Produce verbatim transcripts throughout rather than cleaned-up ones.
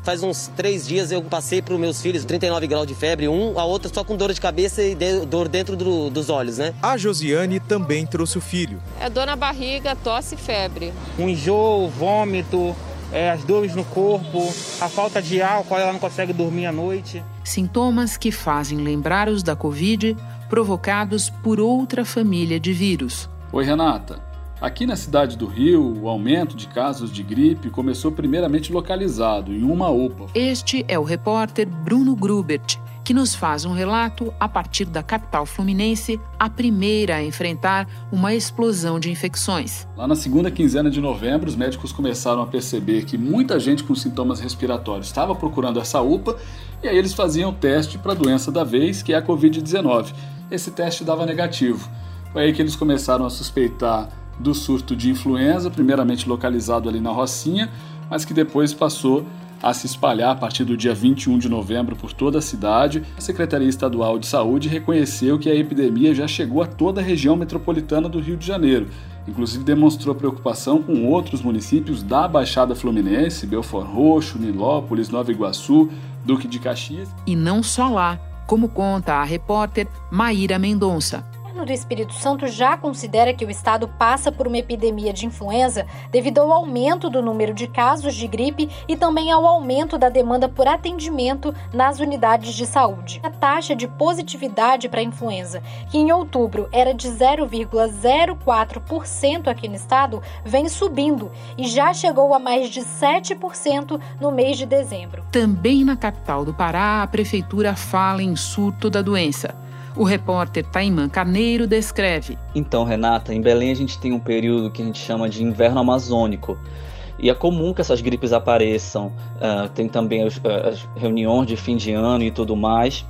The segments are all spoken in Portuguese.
Faz uns três dias eu passei para os meus filhos, trinta e nove graus de febre, um, a outra só com dor de cabeça e de, dor dentro do, dos olhos, né? A Josiane também trouxe o filho. É dor na barriga, tosse e febre. Um enjoo, vômito, é, as dores no corpo, a falta de álcool, ela não consegue dormir à noite. Sintomas que fazem lembrar os da Covid, provocados por outra família de vírus. Oi, Renata. Aqui na cidade do Rio, o aumento de casos de gripe começou primeiramente localizado, em uma U P A. Este é o repórter Bruno Grubert, que nos faz um relato a partir da capital fluminense, a primeira a enfrentar uma explosão de infecções. Lá na segunda quinzena de novembro, os médicos começaram a perceber que muita gente com sintomas respiratórios estava procurando essa U P A, e aí eles faziam o teste para a doença da vez, que é a covid dezenove. Esse teste dava negativo. Foi aí que eles começaram a suspeitar do surto de influenza, primeiramente localizado ali na Rocinha, mas que depois passou a se espalhar a partir do dia vinte e um de novembro por toda a cidade. A Secretaria Estadual de Saúde reconheceu que a epidemia já chegou a toda a região metropolitana do Rio de Janeiro. Inclusive demonstrou preocupação com outros municípios da Baixada Fluminense, Belford Roxo, Nilópolis, Nova Iguaçu, Duque de Caxias. E não só lá, como conta a repórter Maíra Mendonça. O governo do Espírito Santo já considera que o estado passa por uma epidemia de influenza devido ao aumento do número de casos de gripe e também ao aumento da demanda por atendimento nas unidades de saúde. A taxa de positividade para a influenza, que em outubro era de zero vírgula zero quatro por cento aqui no estado, vem subindo e já chegou a mais de sete por cento no mês de dezembro. Também na capital do Pará, a prefeitura fala em surto da doença. O repórter Taimã Carneiro descreve. Então, Renata, em Belém a gente tem um período que a gente chama de inverno amazônico. E é comum que essas gripes apareçam. Uh, tem também as, as reuniões de fim de ano e tudo mais.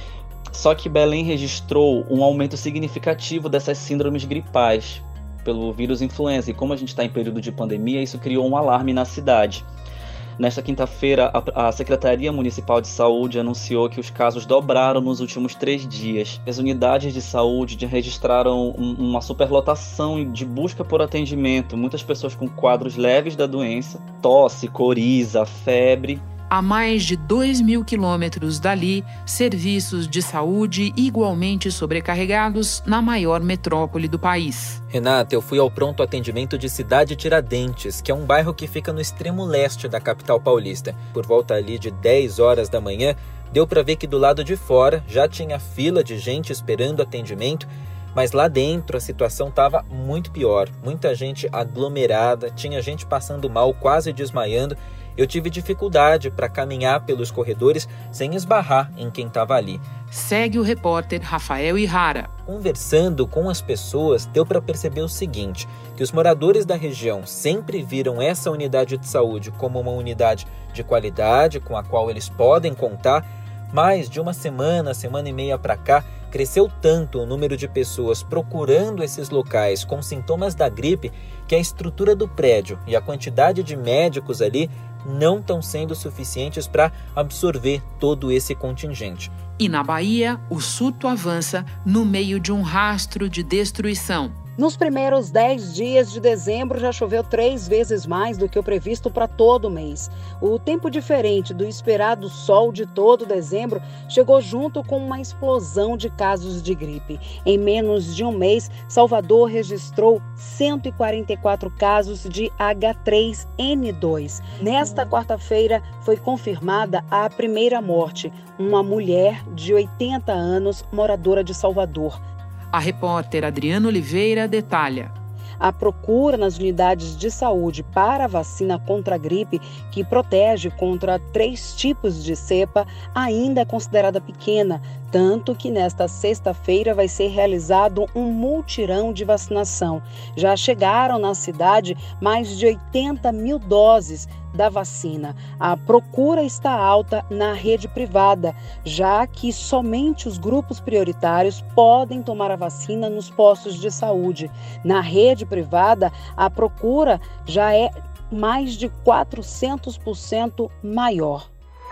Só que Belém registrou um aumento significativo dessas síndromes gripais pelo vírus influenza. E como a gente está em período de pandemia, isso criou um alarme na cidade. Nesta quinta-feira, a Secretaria Municipal de Saúde anunciou que os casos dobraram nos últimos três dias. As unidades de saúde registraram uma superlotação de busca por atendimento. Muitas pessoas com quadros leves da doença, tosse, coriza, febre. A mais de dois mil quilômetros dali, serviços de saúde igualmente sobrecarregados na maior metrópole do país. Renata, eu fui ao pronto atendimento de Cidade Tiradentes, que é um bairro que fica no extremo leste da capital paulista. Por volta ali de dez horas da manhã, deu para ver que do lado de fora já tinha fila de gente esperando atendimento, mas lá dentro a situação estava muito pior. Muita gente aglomerada, tinha gente passando mal, quase desmaiando. Eu tive dificuldade para caminhar pelos corredores sem esbarrar em quem estava ali. Segue o repórter Rafael Ihara. Conversando com as pessoas, deu para perceber o seguinte, que os moradores da região sempre viram essa unidade de saúde como uma unidade de qualidade com a qual eles podem contar, mas de uma semana, semana e meia para cá, cresceu tanto o número de pessoas procurando esses locais com sintomas da gripe que a estrutura do prédio e a quantidade de médicos ali não estão sendo suficientes para absorver todo esse contingente. E na Bahia, o surto avança no meio de um rastro de destruição. Nos primeiros dez dias de dezembro já choveu três vezes mais do que o previsto para todo o mês. O tempo diferente do esperado sol de todo dezembro chegou junto com uma explosão de casos de gripe. Em menos de um mês, Salvador registrou cento e quarenta e quatro casos de agá três ene dois. Nesta quarta-feira foi confirmada a primeira morte, uma mulher de oitenta anos, moradora de Salvador. A repórter Adriana Oliveira detalha. A procura nas unidades de saúde para a vacina contra a gripe, que protege contra três tipos de cepa, ainda é considerada pequena, tanto que nesta sexta-feira vai ser realizado um multirão de vacinação. Já chegaram na cidade mais de oitenta mil doses da vacina. A procura está alta na rede privada, já que somente os grupos prioritários podem tomar a vacina nos postos de saúde. Na rede privada, a procura já é mais de quatrocentos por cento maior.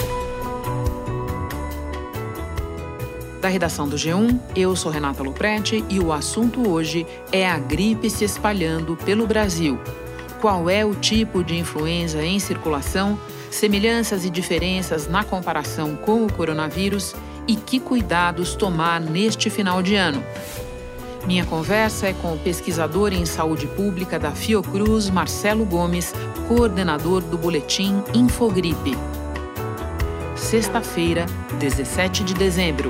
Da redação do G um, eu sou Renata Luprete e o assunto hoje é a gripe se espalhando pelo Brasil. Qual é o tipo de influenza em circulação? semelhanças e diferenças na comparação com o coronavírus e que cuidados tomar neste final de ano. Minha conversa é com o pesquisador em saúde pública da Fiocruz, Marcelo Gomes, coordenador do boletim Infogripe. Sexta-feira, dezessete de dezembro.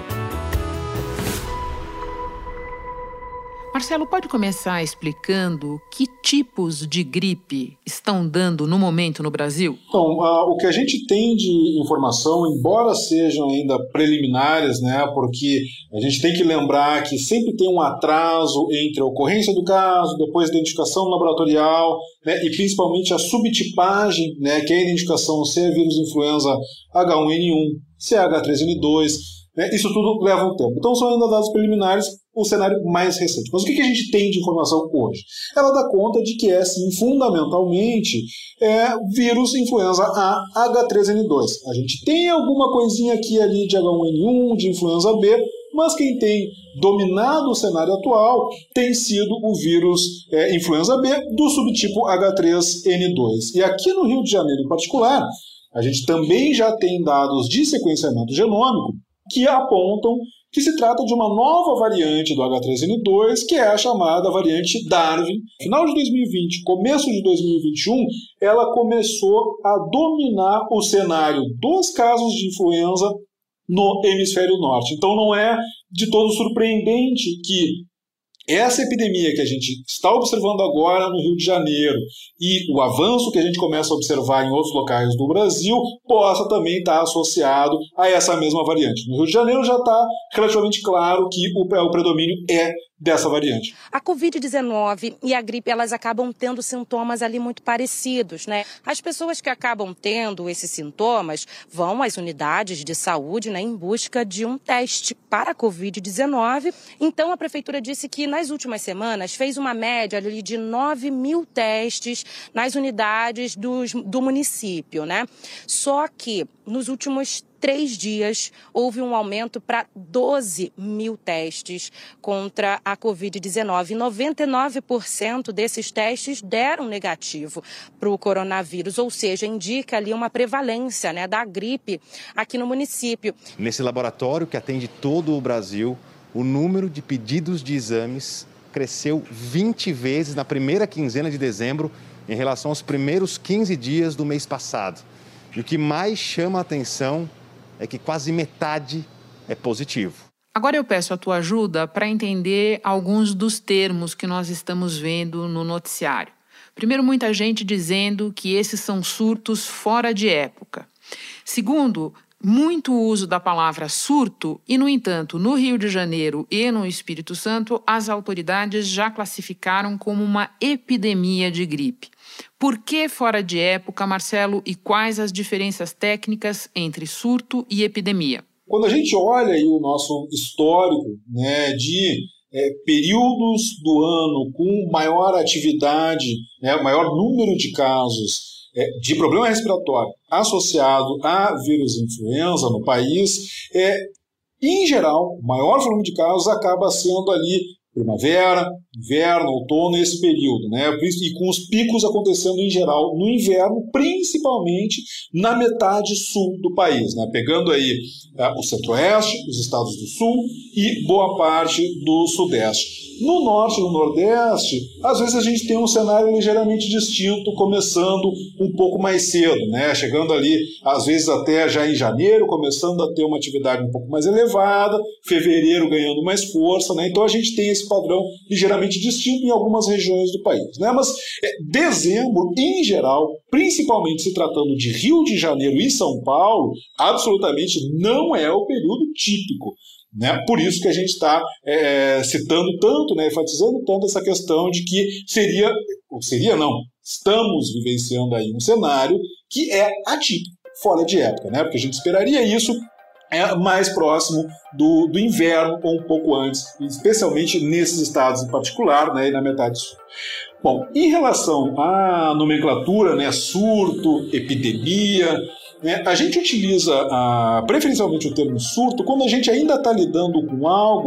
Marcelo, pode começar explicando que tipos de gripe estão dando no momento no Brasil? Então, uh, o que a gente tem de informação, embora sejam ainda preliminares, né, porque a gente tem que lembrar que sempre tem um atraso entre a ocorrência do caso, depois a identificação laboratorial, né, e principalmente a subtipagem, né, que é a identificação se é vírus influenza H um N um, se é H três N dois, né, isso tudo leva um tempo. Então, são ainda dados preliminares, um cenário mais recente. Mas o que a gente tem de informação hoje? Ela dá conta de que é, sim, fundamentalmente, é, vírus influenza A H três N dois. A gente tem alguma coisinha aqui ali de H um N um, de influenza B, mas quem tem dominado o cenário atual tem sido o vírus é, influenza B do subtipo H três N dois. E aqui no Rio de Janeiro, em particular, a gente também já tem dados de sequenciamento genômico que apontam que se trata de uma nova variante do H três N dois, que é a chamada variante Darwin. Final de dois mil e vinte, começo de dois mil e vinte e um, ela começou a dominar o cenário dos casos de influenza no hemisfério norte. Então não é de todo surpreendente que essa epidemia que a gente está observando agora no Rio de Janeiro e o avanço que a gente começa a observar em outros locais do Brasil possa também estar associado a essa mesma variante. No Rio de Janeiro já está relativamente claro que o, o predomínio é dessa variante. A covid dezenove e a gripe, elas acabam tendo sintomas ali muito parecidos, né? As pessoas que acabam tendo esses sintomas vão às unidades de saúde, né, em busca de um teste para a covid dezenove. Então, a prefeitura disse que nas últimas semanas fez uma média ali de nove mil testes nas unidades dos, do município, né? Só que nos últimos três dias houve um aumento para doze mil testes contra a covid dezenove. noventa e nove por cento desses testes deram negativo para o coronavírus, ou seja, indica ali uma prevalência, né, da gripe aqui no município. Nesse laboratório que atende todo o Brasil, o número de pedidos de exames cresceu vinte vezes na primeira quinzena de dezembro em relação aos primeiros quinze dias do mês passado. E o que mais chama a atenção é que quase metade é positivo. Agora eu peço a tua ajuda para entender alguns dos termos que nós estamos vendo no noticiário. Primeiro, muita gente dizendo que esses são surtos fora de época. Segundo, muito uso da palavra surto e, no entanto, no Rio de Janeiro e no Espírito Santo, as autoridades já classificaram como uma epidemia de gripe. Por que fora de época, Marcelo, e quais as diferenças técnicas entre surto e epidemia? Quando a gente olha aí o nosso histórico, né, de é, períodos do ano com maior atividade, né, maior número de casos é, de problema respiratório associado a vírus influenza no país, é, em geral, o maior volume de casos acaba sendo ali primavera, inverno, outono, esse período, né? E com os picos acontecendo em geral no inverno, principalmente na metade sul do país, né? Pegando aí é, o centro-oeste, os estados do sul e boa parte do sudeste. No norte e no nordeste, às vezes a gente tem um cenário ligeiramente distinto, começando um pouco mais cedo, né? Chegando ali, às vezes até já em janeiro, começando a ter uma atividade um pouco mais elevada, fevereiro ganhando mais força, né? Então a gente tem esse padrão ligeiramente distinto em algumas regiões do país, né? Mas é, dezembro, em geral, principalmente se tratando de Rio de Janeiro e São Paulo, absolutamente não é o período típico. Né? Por isso que a gente está é, citando tanto, né, enfatizando tanto essa questão de que seria, ou seria não, estamos vivenciando aí um cenário que é atípico, fora de época, né? Porque a gente esperaria isso é, mais próximo do, do inverno ou um pouco antes, especialmente nesses estados em particular, né, e na metade sul. Bom, em relação à nomenclatura, né, surto, epidemia, né, a gente utiliza a, preferencialmente o termo surto quando a gente ainda está lidando com algo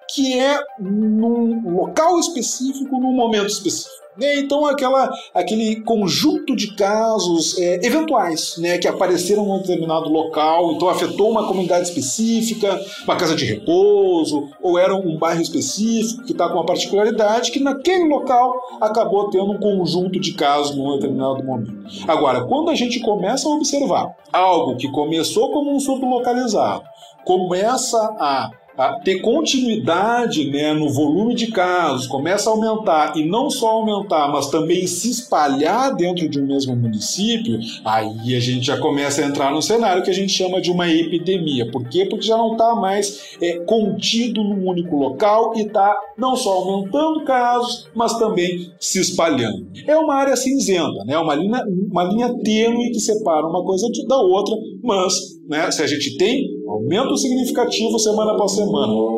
que é num local específico, num momento específico. Então, aquela, aquele conjunto de casos é, eventuais, né, que apareceram em um determinado local, então afetou uma comunidade específica, uma casa de repouso, ou era um bairro específico que está com uma particularidade que naquele local acabou tendo um conjunto de casos num determinado momento. Agora, quando a gente começa a observar algo que começou como um surto localizado, começa a a ter continuidade, né, no volume de casos, começa a aumentar, e não só aumentar, mas também se espalhar dentro de um mesmo município, aí a gente já começa a entrar no cenário que a gente chama de uma epidemia. Por quê? Porque já não está mais é, contido num único local e está não só aumentando casos, mas também se espalhando. É uma área cinzenta, né, uma linha, uma linha tênue que separa uma coisa da outra, mas, né, se a gente tem aumento significativo semana após semana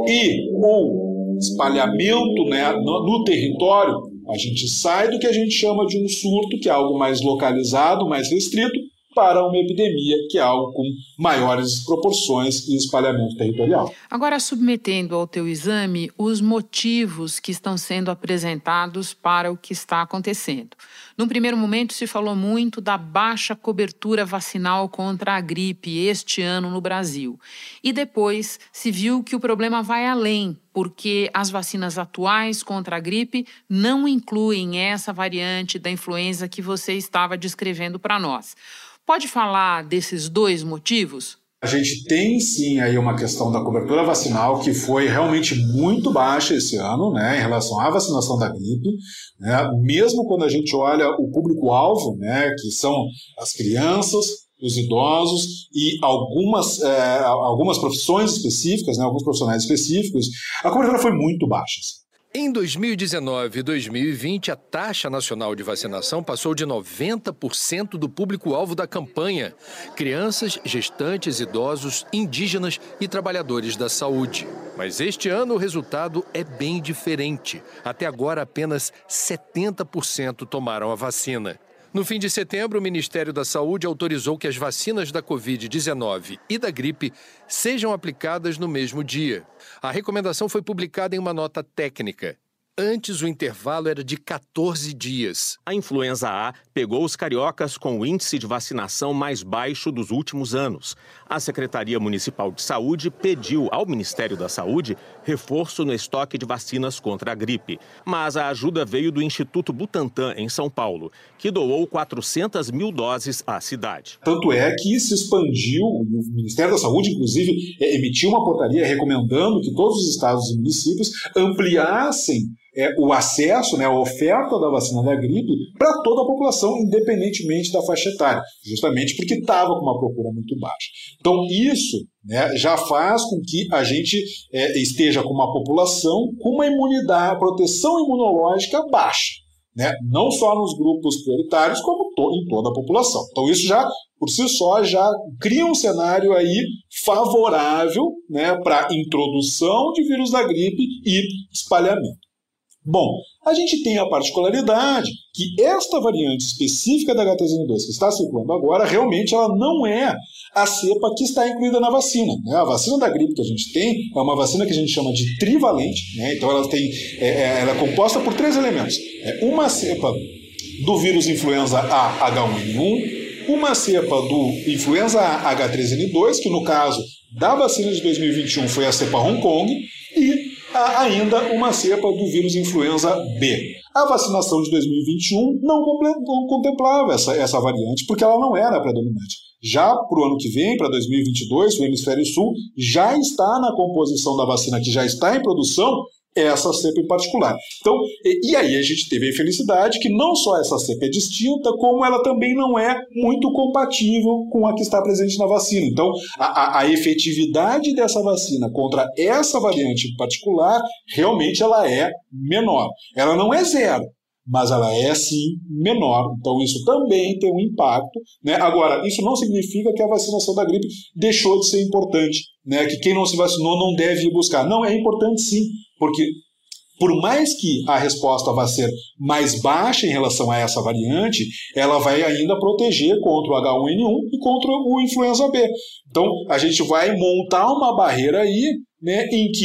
e ou espalhamento, né, no, no território, a gente sai do que a gente chama de um surto, que é algo mais localizado, mais restrito, para uma epidemia, que é algo com maiores proporções e espalhamento territorial. Agora, submetendo ao teu exame os motivos que estão sendo apresentados para o que está acontecendo. Num primeiro momento, se falou muito da baixa cobertura vacinal contra a gripe este ano no Brasil. E depois se viu que o problema vai além, porque as vacinas atuais contra a gripe não incluem essa variante da influenza que você estava descrevendo para nós. Pode falar desses dois motivos? A gente tem sim aí uma questão da cobertura vacinal que foi realmente muito baixa esse ano, né, em relação à vacinação da gripe, né, mesmo quando a gente olha o público-alvo, né, que são as crianças, os idosos e algumas, é, algumas profissões específicas, né, alguns profissionais específicos, a cobertura foi muito baixa. Em dois mil e dezenove e dois mil e vinte, a taxa nacional de vacinação passou de noventa por cento do público-alvo da campanha: crianças, gestantes, idosos, indígenas e trabalhadores da saúde. Mas este ano o resultado é bem diferente. Até agora, apenas setenta por cento tomaram a vacina. No fim de setembro, o Ministério da Saúde autorizou que as vacinas da covid dezenove e da gripe sejam aplicadas no mesmo dia. A recomendação foi publicada em uma nota técnica. Antes, o intervalo era de quatorze dias. A influenza A pegou os cariocas com o índice de vacinação mais baixo dos últimos anos. A Secretaria Municipal de Saúde pediu ao Ministério da Saúde reforço no estoque de vacinas contra a gripe. Mas a ajuda veio do Instituto Butantan, em São Paulo, que doou quatrocentas mil doses à cidade. Tanto é que se expandiu, o Ministério da Saúde, inclusive, emitiu uma portaria recomendando que todos os estados e municípios ampliassem É, o acesso, né, a oferta da vacina da gripe para toda a população, independentemente da faixa etária, justamente porque estava com uma procura muito baixa. Então, isso, né, já faz com que a gente é, esteja com uma população com uma imunidade, proteção imunológica baixa, né, não só nos grupos prioritários, como to, em toda a população. Então, isso já, por si só, já cria um cenário aí favorável, né, para introdução de vírus da gripe e espalhamento. Bom, a gente tem a particularidade que esta variante específica da H três N dois que está circulando agora, realmente ela não é a cepa que está incluída na vacina, né? A vacina da gripe que a gente tem é uma vacina que a gente chama de trivalente, né? Então ela, tem, é, ela é composta por três elementos. É uma cepa do vírus influenza A H um N um, uma cepa do influenza A H três N dois, que no caso da vacina de dois mil e vinte e um foi a cepa Hong Kong, e há ainda uma cepa do vírus influenza B. A vacinação de dois mil e vinte e um não, não contemplava essa, essa variante, porque ela não era predominante. Já para o ano que vem, para dois mil e vinte e dois, o Hemisfério Sul já está na composição da vacina que já está em produção, essa cepa em particular. Então, e, e aí a gente teve a infelicidade que não só essa cepa é distinta, como ela também não é muito compatível com a que está presente na vacina. Então, a, a, a efetividade dessa vacina contra essa variante em particular, realmente ela é menor. Ela não é zero, mas ela é, sim, menor. Então, isso também tem um impacto, né? Agora, isso não significa que a vacinação da gripe deixou de ser importante, né? Que quem não se vacinou não deve ir buscar. Não, é importante sim, porque por mais que a resposta vá ser mais baixa em relação a essa variante, ela vai ainda proteger contra o H um N um e contra o influenza B. Então, a gente vai montar uma barreira aí, né, em que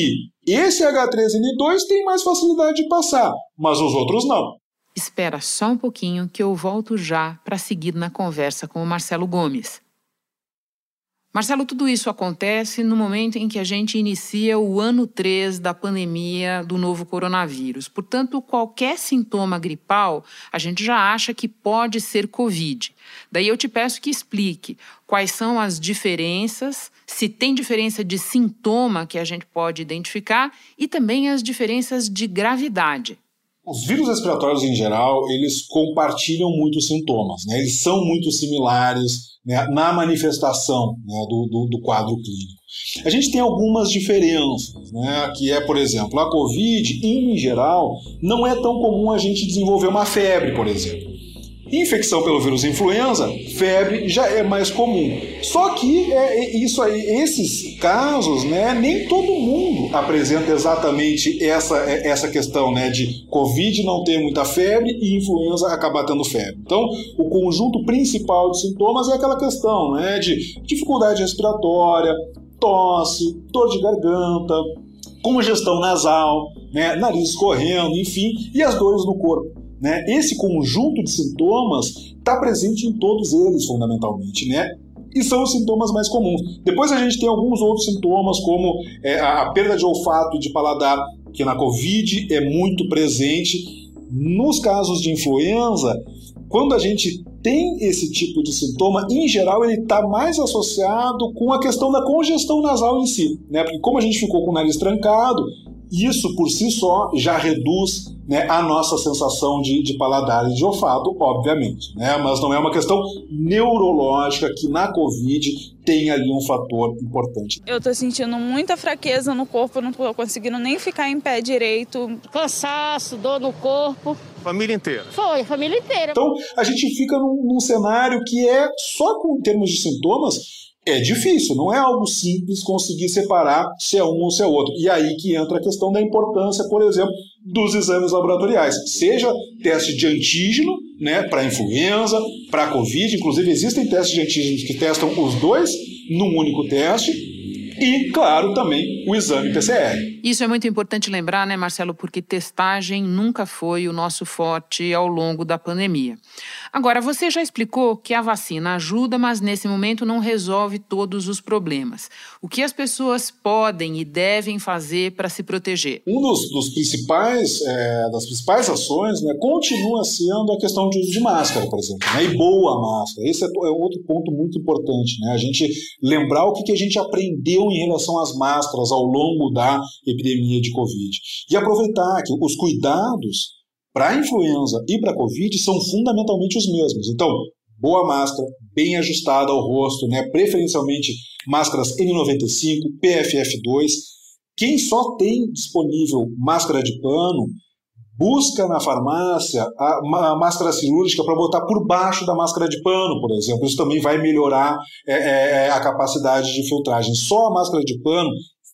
Esse agá três ene dois tem mais facilidade de passar, mas os outros não. Espera só um pouquinho que eu volto já para seguir na conversa com o Marcelo Gomes. Marcelo, tudo isso acontece no momento em que a gente inicia o ano três da pandemia do novo coronavírus. Portanto, qualquer sintoma gripal, a gente já acha que pode ser Covid. Daí eu te peço que explique quais são as diferenças, se tem diferença de sintoma que a gente pode identificar e também as diferenças de gravidade. Os vírus respiratórios, em geral, eles compartilham muitos sintomas, né? Eles são muito similares, né, na manifestação, né, do, do, do quadro clínico. A gente tem algumas diferenças, né, que é, por exemplo, a Covid, em geral, não é tão comum a gente desenvolver uma febre, por exemplo. Infecção pelo vírus influenza, febre já é mais comum. Só que é isso aí, esses casos, né, nem todo mundo apresenta exatamente essa, essa questão, né, de Covid não ter muita febre e influenza acabar tendo febre. Então, o conjunto principal de sintomas é aquela questão, né, de dificuldade respiratória, tosse, dor de garganta, congestão nasal, né, nariz escorrendo, enfim, e as dores no corpo. Né? Esse conjunto de sintomas está presente em todos eles, fundamentalmente, né? E são os sintomas mais comuns. Depois a gente tem alguns outros sintomas, como é, a perda de olfato e de paladar, que na Covid é muito presente. Nos casos de influenza, quando a gente tem esse tipo de sintoma, em geral ele está mais associado com a questão da congestão nasal em si, né? Porque como a gente ficou com o nariz trancado, isso por si só já reduz, né, a nossa sensação de, de paladar e de olfato, obviamente, né? Mas não é uma questão neurológica que na Covid tem ali um fator importante. Eu tô sentindo muita fraqueza no corpo, não tô conseguindo nem ficar em pé direito. Cansaço, dor no corpo. Família inteira? Foi, a família inteira. Então, a gente fica num, num cenário que é, só com em termos de sintomas, é difícil, não é algo simples conseguir separar se é um ou se é outro. E aí que entra a questão da importância, por exemplo, dos exames laboratoriais. Seja teste de antígeno, né, para influenza, para Covid, inclusive existem testes de antígenos que testam os dois num único teste, e, claro, também o exame P C R. Isso é muito importante lembrar, né, Marcelo, porque testagem nunca foi o nosso forte ao longo da pandemia. Agora, você já explicou que a vacina ajuda, mas nesse momento não resolve todos os problemas. O que as pessoas podem e devem fazer para se proteger? Um dos, dos principais, é, das principais ações, né, continua sendo a questão de uso de máscara, por exemplo, né, e boa máscara. Esse é, é outro ponto muito importante, né, a gente lembrar o que, que a gente aprendeu em relação às máscaras ao longo da epidemia de Covid. E aproveitar que os cuidados para a influenza e para a Covid são fundamentalmente os mesmos. Então, boa máscara, bem ajustada ao rosto, né? Preferencialmente máscaras N noventa e cinco, P F F dois. Quem só tem disponível máscara de pano, busca na farmácia a, a máscara cirúrgica para botar por baixo da máscara de pano, por exemplo. Isso também vai melhorar é, é, a capacidade de filtragem. Só a máscara de pano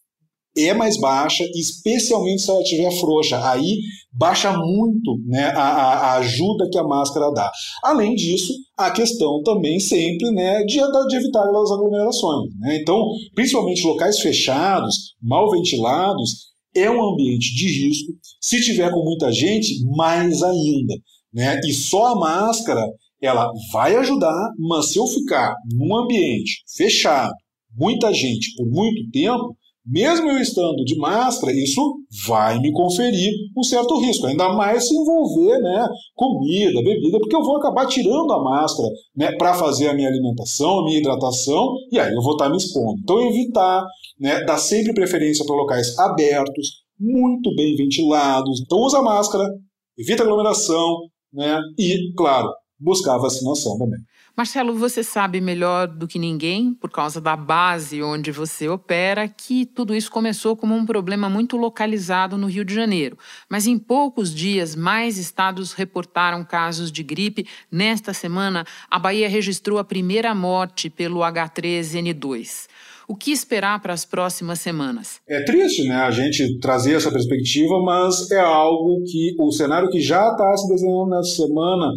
é mais baixa, especialmente se ela estiver frouxa. Aí baixa muito, né, a, a ajuda que a máscara dá. Além disso, a questão também sempre, né, de, de evitar as aglomerações. Né? Então, principalmente locais fechados, mal ventilados, é um ambiente de risco. Se tiver com muita gente, mais ainda. Né? E só a máscara, ela vai ajudar, mas se eu ficar num ambiente fechado, muita gente por muito tempo, mesmo eu estando de máscara, isso vai me conferir um certo risco, ainda mais se envolver, né, comida, bebida, porque eu vou acabar tirando a máscara, né, para fazer a minha alimentação, a minha hidratação, e aí eu vou estar me expondo. Então, evitar, né, dar sempre preferência para locais abertos, muito bem ventilados. Então, usa máscara, evita aglomeração, né, e, claro, buscar a vacinação também. Marcelo, você sabe melhor do que ninguém, por causa da base onde você opera, que tudo isso começou como um problema muito localizado no Rio de Janeiro. Mas em poucos dias, mais estados reportaram casos de gripe. Nesta semana, a Bahia registrou a primeira morte pelo agá três ene dois. O que esperar para as próximas semanas? É triste, né, a gente trazer essa perspectiva, mas é algo que o cenário que já está se desenhando nessa semana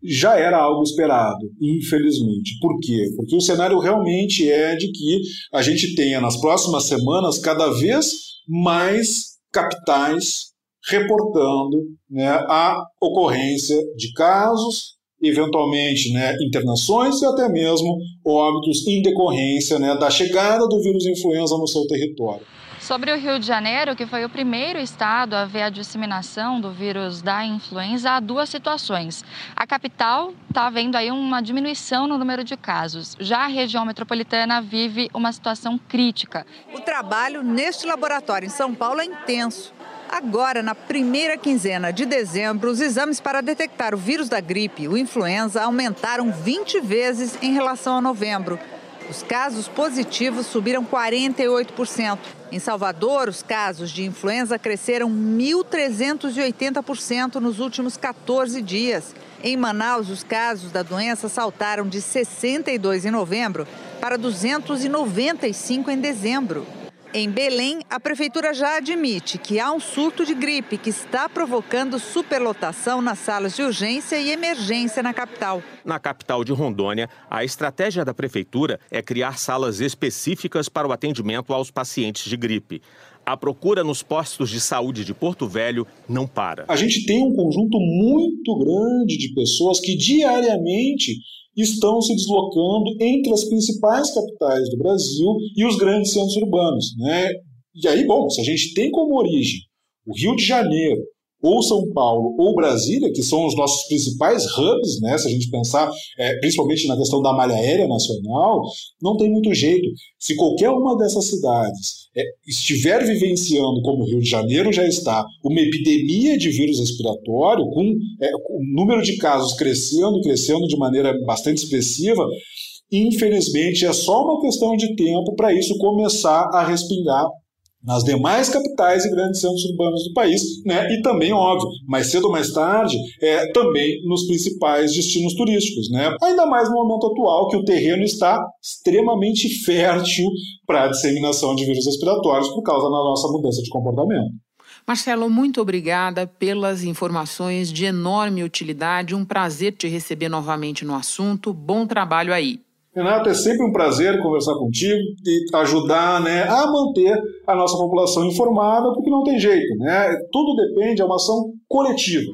já era algo esperado, infelizmente. Por quê? Porque o cenário realmente é de que a gente tenha nas próximas semanas cada vez mais capitais reportando, né, a ocorrência de casos, eventualmente, né, internações e até mesmo óbitos em decorrência, né, da chegada do vírus influenza no seu território. Sobre o Rio de Janeiro, que foi o primeiro estado a ver a disseminação do vírus da influenza, há duas situações. A capital está vendo aí uma diminuição no número de casos. Já a região metropolitana vive uma situação crítica. O trabalho neste laboratório em São Paulo é intenso. Agora, na primeira quinzena de dezembro, os exames para detectar o vírus da gripe, o influenza, aumentaram vinte vezes em relação a novembro. Os casos positivos subiram quarenta e oito por cento. Em Salvador, os casos de influenza cresceram mil trezentos e oitenta por cento nos últimos quatorze dias. Em Manaus, os casos da doença saltaram de sessenta e dois em novembro para duzentos e noventa e cinco em dezembro. Em Belém, a prefeitura já admite que há um surto de gripe que está provocando superlotação nas salas de urgência e emergência na capital. Na capital de Rondônia, a estratégia da prefeitura é criar salas específicas para o atendimento aos pacientes de gripe. A procura nos postos de saúde de Porto Velho não para. A gente tem um conjunto muito grande de pessoas que diariamente estão se deslocando entre as principais capitais do Brasil e os grandes centros urbanos, né? E aí, bom, se a gente tem como origem o Rio de Janeiro, ou São Paulo, ou Brasília, que são os nossos principais hubs, né? Se a gente pensar é, principalmente na questão da malha aérea nacional, não tem muito jeito. Se qualquer uma dessas cidades é, estiver vivenciando, como o Rio de Janeiro já está, uma epidemia de vírus respiratório, com é, o número de casos crescendo, crescendo de maneira bastante expressiva, infelizmente é só uma questão de tempo para isso começar a respingar nas demais capitais e grandes centros urbanos do país, né? E também, óbvio, mais cedo ou mais tarde, é, também nos principais destinos turísticos, né? Ainda mais no momento atual, que o terreno está extremamente fértil para a disseminação de vírus respiratórios por causa da nossa mudança de comportamento. Marcelo, muito obrigada pelas informações de enorme utilidade. Um prazer te receber novamente no assunto. Bom trabalho aí. Renato, é sempre um prazer conversar contigo e ajudar, né, a manter a nossa população informada, porque não tem jeito, né? Tudo depende, é uma ação coletiva.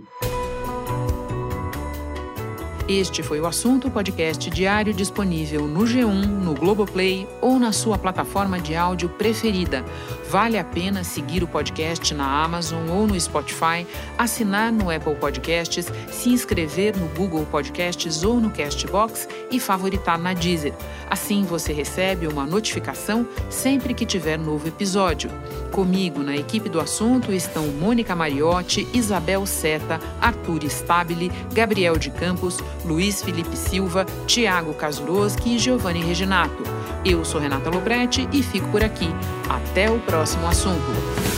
Este foi o Assunto, podcast diário disponível no G um, no Globoplay ou na sua plataforma de áudio preferida. Vale a pena seguir o podcast na Amazon ou no Spotify, assinar no Apple Podcasts, se inscrever no Google Podcasts ou no Castbox e favoritar na Deezer. Assim você recebe uma notificação sempre que tiver novo episódio. Comigo na equipe do Assunto estão Mônica Mariotti, Isabel Seta, Arthur Stabile, Gabriel de Campos, Luiz Felipe Silva, Tiago Kazuroski e Giovanni Reginato. Eu sou Renata Lopretti e fico por aqui. Até o próximo assunto.